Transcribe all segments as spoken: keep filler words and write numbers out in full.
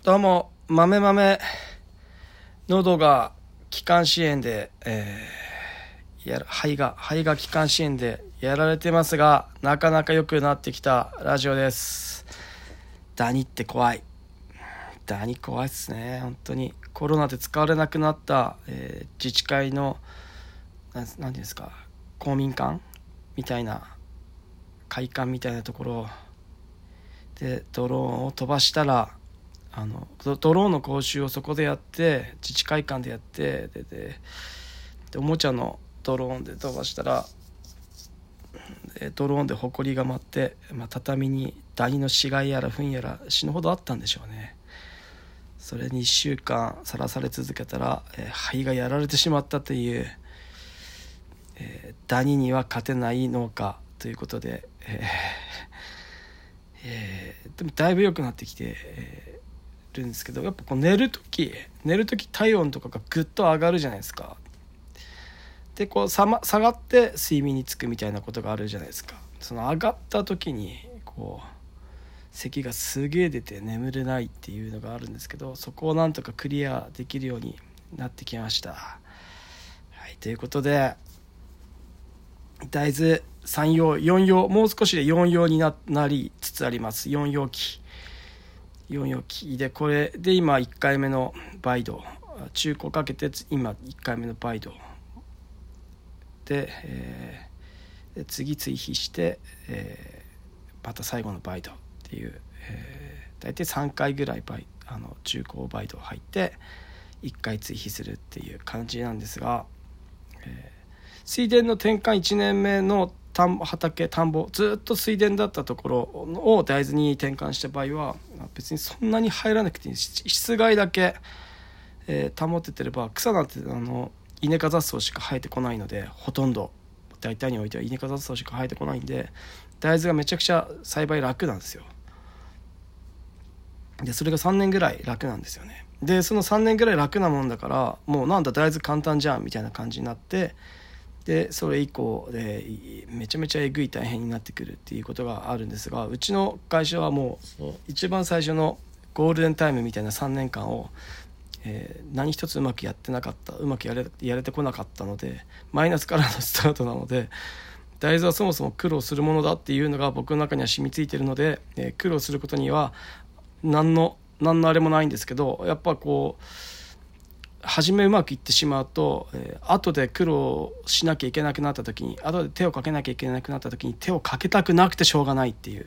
どうも、豆豆、喉が気管支炎で、えー、や肺が、肺が気管支炎でやられてますが、なかなか良くなってきたラジオです。ダニって怖い。ダニ怖いっすね、本当に。コロナで使われなくなった、えー、自治会の、なん、なんていうんですか、公民館みたいな、会館みたいなところでドローンを飛ばしたら、あのドローンの講習をそこでやって、自治会館でやって、でででおもちゃのドローンで飛ばしたら、ドローンでホコリが舞って、まあ、畳にダニの死骸やら糞やら死ぬほどあったんでしょうね。それにいっしゅうかんさらされ続けたら、えー、肺がやられてしまったという、えー、ダニには勝てない農家ということで、えーえー、でもだいぶ良くなってきて、えーるんですけど、やっぱこう寝るとき寝るとき体温とかがぐっと上がるじゃないですか。でこうさ、ま、下がって睡眠につくみたいなことがあるじゃないですか。その上がった時にこう咳がすげえ出て眠れないっていうのがあるんですけど、そこをなんとかクリアできるようになってきました。はい、ということで大豆さん葉よん葉、もう少しでよん葉に な, なりつつあります。よん葉期よん葉期で、これで今いっかいめの梅毒、中古かけて今いっかいめの梅毒で、えー、で次追肥して、えー、また最後の梅毒っていう、えー、大体さんかいぐらい梅あの中古梅毒入っていっかい追肥するっていう感じなんですが、えー、水田の転換いちねんめの田んぼ畑田んぼずっと水田だったところを大豆に転換した場合は別にそんなに入らなくていい、室外だけ、えー、保ててれば草なんてあのイネ科雑草しか生えてこないので、ほとんど大体においてはイネ科雑草しか生えてこないんで、大豆がめちゃくちゃ栽培楽なんですよ。でそれがさんねんぐらい楽なんですよね。でそのさんねんぐらい楽なもんだから、もうなんだ大豆簡単じゃんみたいな感じになって、でそれ以降でめちゃめちゃえぐい大変になってくるっていうことがあるんですが、うちの会社はもう一番最初のゴールデンタイムみたいなさんねんかんを、えー、何一つうまくやってなかったうまくやれ、やれてこなかったので、マイナスからのスタートなので、大豆はそもそも苦労するものだっていうのが僕の中には染みついているので、えー、苦労することには何の何のあれもないんですけど、やっぱこう初めうまくいってしまうと、えー、後で苦労しなきゃいけなくなった時に、後で手をかけなきゃいけなくなった時に手をかけたくなくてしょうがないっていう、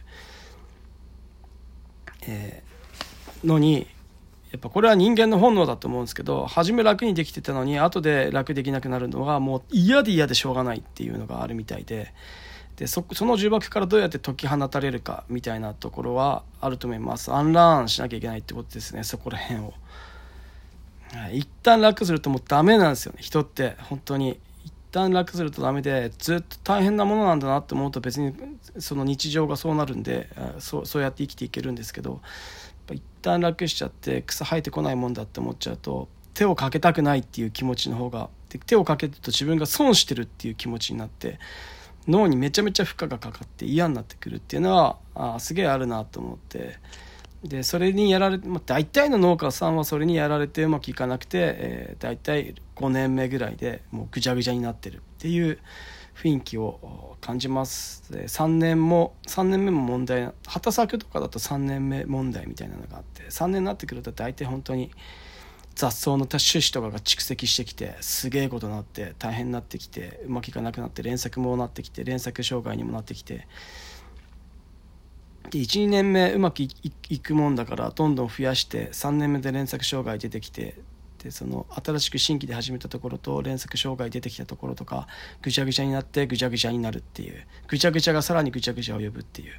えー、のに、やっぱこれは人間の本能だと思うんですけど、初め楽にできてたのに後で楽できなくなるのがもう嫌で嫌でしょうがないっていうのがあるみたいで、で そ, その重箱からどうやって解き放たれるかみたいなところはあると思います。アンラーンしなきゃいけないってことですね、そこら辺を。一旦楽するともうダメなんですよね、人って本当に。一旦楽するとダメで、ずっと大変なものなんだなって思うと別にその日常がそうなるんで、そう、そうやって生きていけるんですけど、一旦楽しちゃって草生えてこないもんだって思っちゃうと、手をかけたくないっていう気持ちの方が、で手をかけると自分が損してるっていう気持ちになって脳にめちゃめちゃ負荷がかかって嫌になってくるっていうのはあすげえあるなと思って、でそれにやられて、まあ、大体の農家さんはそれにやられてうまくいかなくて、えー、大体ごねんめぐらいでもうぐちゃぐちゃになってるっていう雰囲気を感じます。でさんねんもさんねんめも問題、畑作とかだとさんねんめ問題みたいなのがあって、さんねんになってくると大体本当に雑草の種子とかが蓄積してきてすげえことになって大変になってきて、うまくいかなくなって連作もなってきて連作障害にもなってきて、でいちにねんめうまく い, いくもんだからどんどん増やして、さんねんめで連作障害出てきて、でその新しく新規で始めたところと連作障害出てきたところとかぐちゃぐちゃになってぐちゃぐちゃになるっていう、ぐちゃぐちゃがさらにぐちゃぐちゃを呼ぶっていう、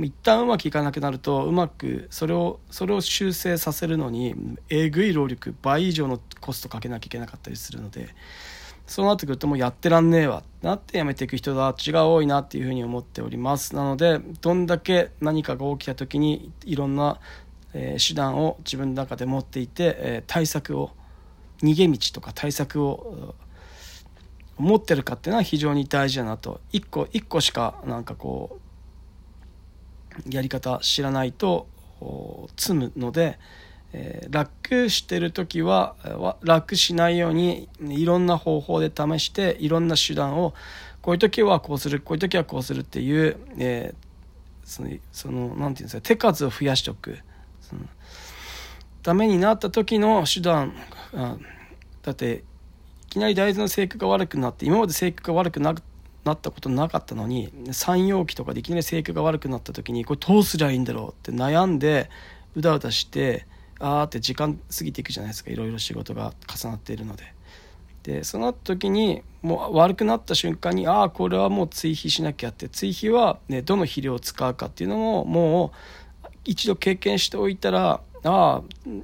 一旦うまくいかなくなるとうまくそれをそれを修正させるのにえぐい労力倍以上のコストかけなきゃいけなかったりするので、そうなってくるともうやってらんねえわってなってやめていく人たちが多いなっていうふうに思っております。なのでどんだけ何かが起きた時にいろんな、えー、手段を自分の中で持っていて、えー、対策を逃げ道とか対策を持ってるかっていうのは非常に大事だなと。一個一個しかなんかこうやり方知らないと積むので、 えー、楽してる時は楽しないようにいろんな方法で試していろんな手段をこういう時はこうするこういう時はこうするっていう、えー、そのそのなんていうんですか手数を増やしておく。そのダメになった時の手段あだっていきなり大豆の生育が悪くなって今まで生育が悪くななったことなかったのに三葉期とかでいきなり生育が悪くなった時にこれどうすりゃいいんだろうって悩んでうだうだしてあーって時間過ぎていくじゃないですか。いろいろ仕事が重なっているのででその時にもう悪くなった瞬間にああこれはもう追肥しなきゃって追肥は、ね、どの肥料を使うかっていうのももう一度経験しておいたらああ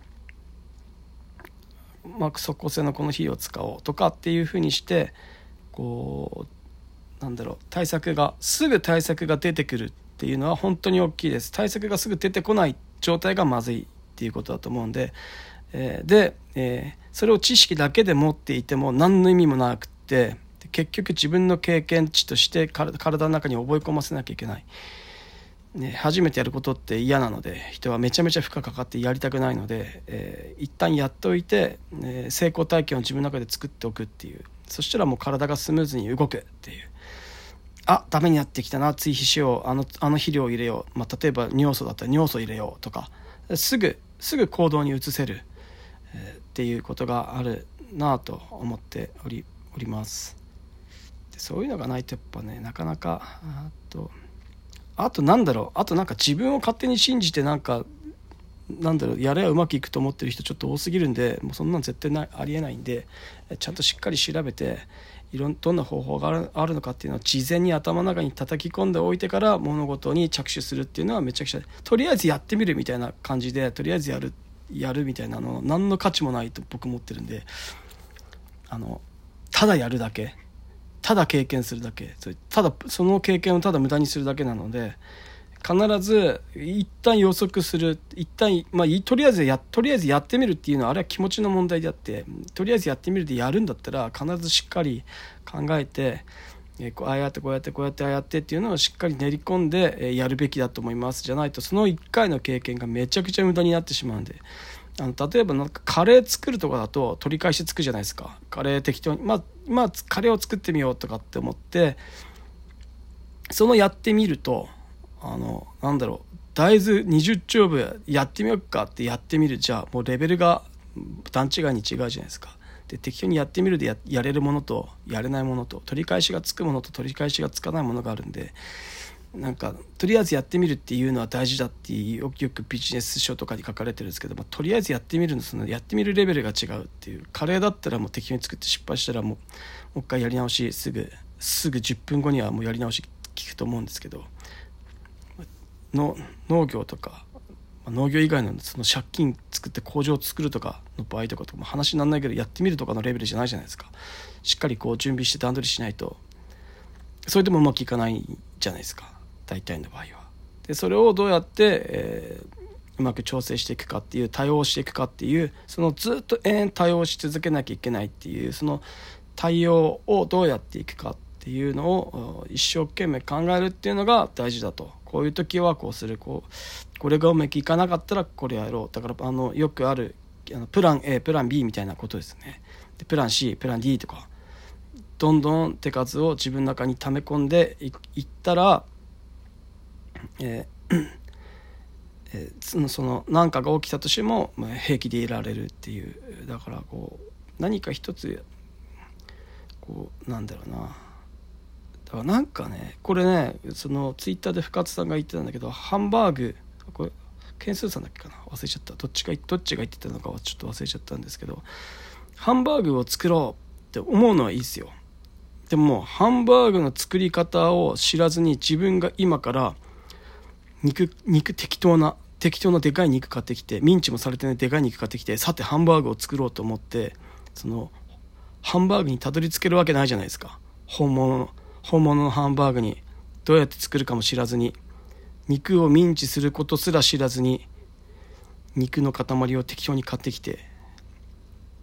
まあ即効性のこの肥料を使おうとかっていうふうにしてこうなんだろう対策がすぐ対策が出てくるっていうのは本当に大きいです。対策がすぐ出てこない状態がまずいっていうことだと思うんで、えー、で、えー、それを知識だけで持っていても何の意味もなくって結局自分の経験値として体の中に覚え込ませなきゃいけない、ね、初めてやることって嫌なので人はめちゃめちゃ負荷かかってやりたくないので、えー、一旦やっておいて、えー、成功体験を自分の中で作っておくっていうそしたらもう体がスムーズに動くっていうあダメになってきたな追肥しようあの、あの肥料を入れよう、まあ、例えば尿素だったら尿素入れようとかすぐすぐ行動に移せる、えー、っていうことがあるなと思っており、おりますでそういうのがないとやっぱねなかなかあとあとなんだろうあとなんか自分を勝手に信じてなんかなんだろうやればうまくいくと思ってる人ちょっと多すぎるんでもうそんなの絶対ないありえないんでちゃんとしっかり調べていろんどんな方法がある、あるのかっていうのを事前に頭の中に叩き込んでおいてから物事に着手するっていうのはめちゃくちゃとりあえずやってみるみたいな感じでとりあえずやるやるみたいなの何の価値もないと僕思ってるんであのただやるだけただ経験するだけただその経験をただ無駄にするだけなので必ず一旦予測する一旦、まあ、とりあえずやとりあえずやってみるっていうのはあれは気持ちの問題であってとりあえずやってみるでやるんだったら必ずしっかり考えてえこうああやってこうやってこうやってああやってっていうのをしっかり練り込んでえやるべきだと思います。じゃないとそのいっかいの経験がめちゃくちゃ無駄になってしまうんであの例えばなんかカレー作るとかだと取り返しつくじゃないですか。カレー適当にまあ、まあ、カレーを作ってみようとかって思ってそのやってみるとあのなんだろう大豆にじゅうちょうぶやってみようかってやってみるじゃあもうレベルが段違いに違うじゃないですか。で適当にやってみるで や, やれるものとやれないものと取り返しがつくものと取り返しがつかないものがあるんでなんかとりあえずやってみるっていうのは大事だってよくビジネス書とかに書かれてるんですけどもとりあえずやってみるのそのやってみるレベルが違うっていうカレーだったらもう適当に作って失敗したらもう、もう一回やり直しすぐすぐじゅっぷんごにはもうやり直し聞くと思うんですけどの農業とか農業以外のその借金作って工場を作るとかの場合とかとも話にならないけどやってみるとかのレベルじゃないじゃないですか。しっかりこう準備して段取りしないとそれでもうまくいかないじゃないですか大体の場合は。でそれをどうやって、えー、うまく調整していくかっていう対応していくかっていうそのずっと延々対応し続けなきゃいけないっていうその対応をどうやっていくかっていうのを一生懸命考えるっていうのが大事だと。こういう時はこうするこうこれがうまくいかなかったらこれやろうだからあのよくあるあのプラン A プラン B みたいなことですね。でプラン C プラン D とかどんどん手数を自分の中に溜め込んで い, いったら、えーえー、そのその何かが起きたとしても、まあ、平気でいられるっていうだからこう何か一つこうなんだろうなだからなんかねこれねそのツイッターで深津さんが言ってたんだけどハンバーグこれケンスーさんだっけかな忘れちゃったどっちがどっちが言ってたのかはちょっと忘れちゃったんですけどハンバーグを作ろうって思うのはいいですよ。でもハンバーグの作り方を知らずに自分が今から肉肉適当な適当なでかい肉買ってきてミンチもされてないでかい肉買ってきてさてハンバーグを作ろうと思ってそのハンバーグにたどり着けるわけないじゃないですか。本物の本物のハンバーグにどうやって作るかも知らずに肉をミンチすることすら知らずに肉の塊を適当に買ってきて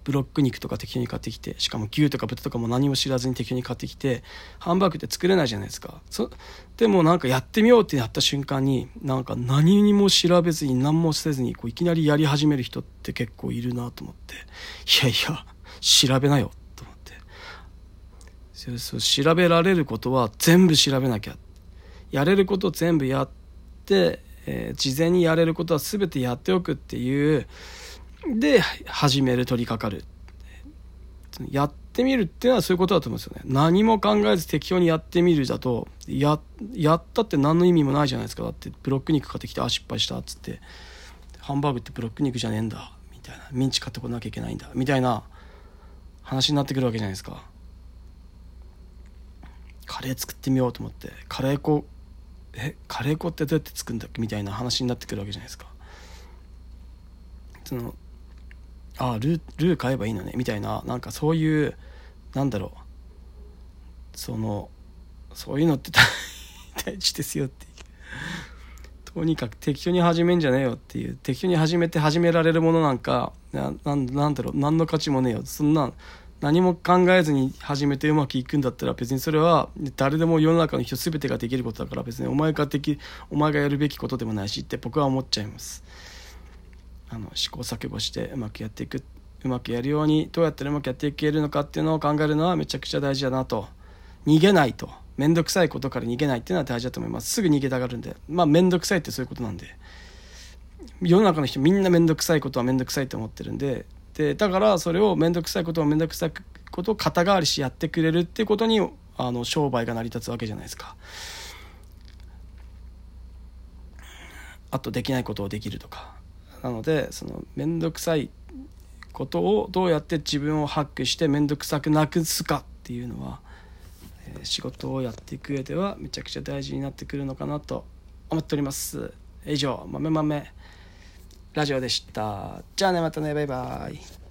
ブロック肉とか適当に買ってきて、しかも牛とか豚とかも何も知らずに適当に買ってきて、ハンバーグって作れないじゃないですか。そでもなんかやってみようってやった瞬間になんか何にも調べずに何もせずにこういきなりやり始める人って結構いるなと思って、いやいや調べなよと思って、そうそう調べられることは全部調べなきゃ、やれること全部やって、えー、事前にやれることは全てやっておくっていうで始める、取り掛かる、やってみるっていうのはそういうことだと思うんですよね。何も考えず適当にやってみるだと や, やったって何の意味もないじゃないですか。だってブロック肉買ってきて、あ失敗したっつって、ハンバーグってブロック肉じゃねえんだみたいな、ミンチ買ってこなきゃいけないんだみたいな話になってくるわけじゃないですか。カレー作ってみようと思って、カレー粉えカレー粉ってどうやって作るんだっけみたいな話になってくるわけじゃないですか。そのあルールー買えばいいのねみたいな、なんかそういうなんだろう、そのそういうのって大事ですよっていう、とにかく適当に始めんじゃねえよっていう、適当に始めて始められるものなんか な, な, なんだろう何の価値もねえよ。そんな何も考えずに始めてうまくいくんだったら別にそれは誰でも世の中の人全てができることだから、別にお前ができお前がやるべきことでもないしって僕は思っちゃいます。あの試行錯誤してうまくやっていく、うまくやるようにどうやったらうまくやっていけるのかっていうのを考えるのはめちゃくちゃ大事だなと。逃げないと、めんどくさいことから逃げないっていうのは大事だと思います。すぐ逃げたがるんで、まあめんどくさいってそういうことなんで、世の中の人みんなめんどくさいことはめんどくさいと思ってるんで、でだからそれをめんどくさいことをめんどくさいことを肩代わりしやってくれるっていうことにあの商売が成り立つわけじゃないですか。あとできないことをできるとか。なのでそのめんどくさいことをどうやって自分をハックしてめんどくさくなくすかっていうのは、えー、仕事をやっていく上ではめちゃくちゃ大事になってくるのかなと思っております。以上豆豆ラジオでした。じゃあね、またね、バイバイ。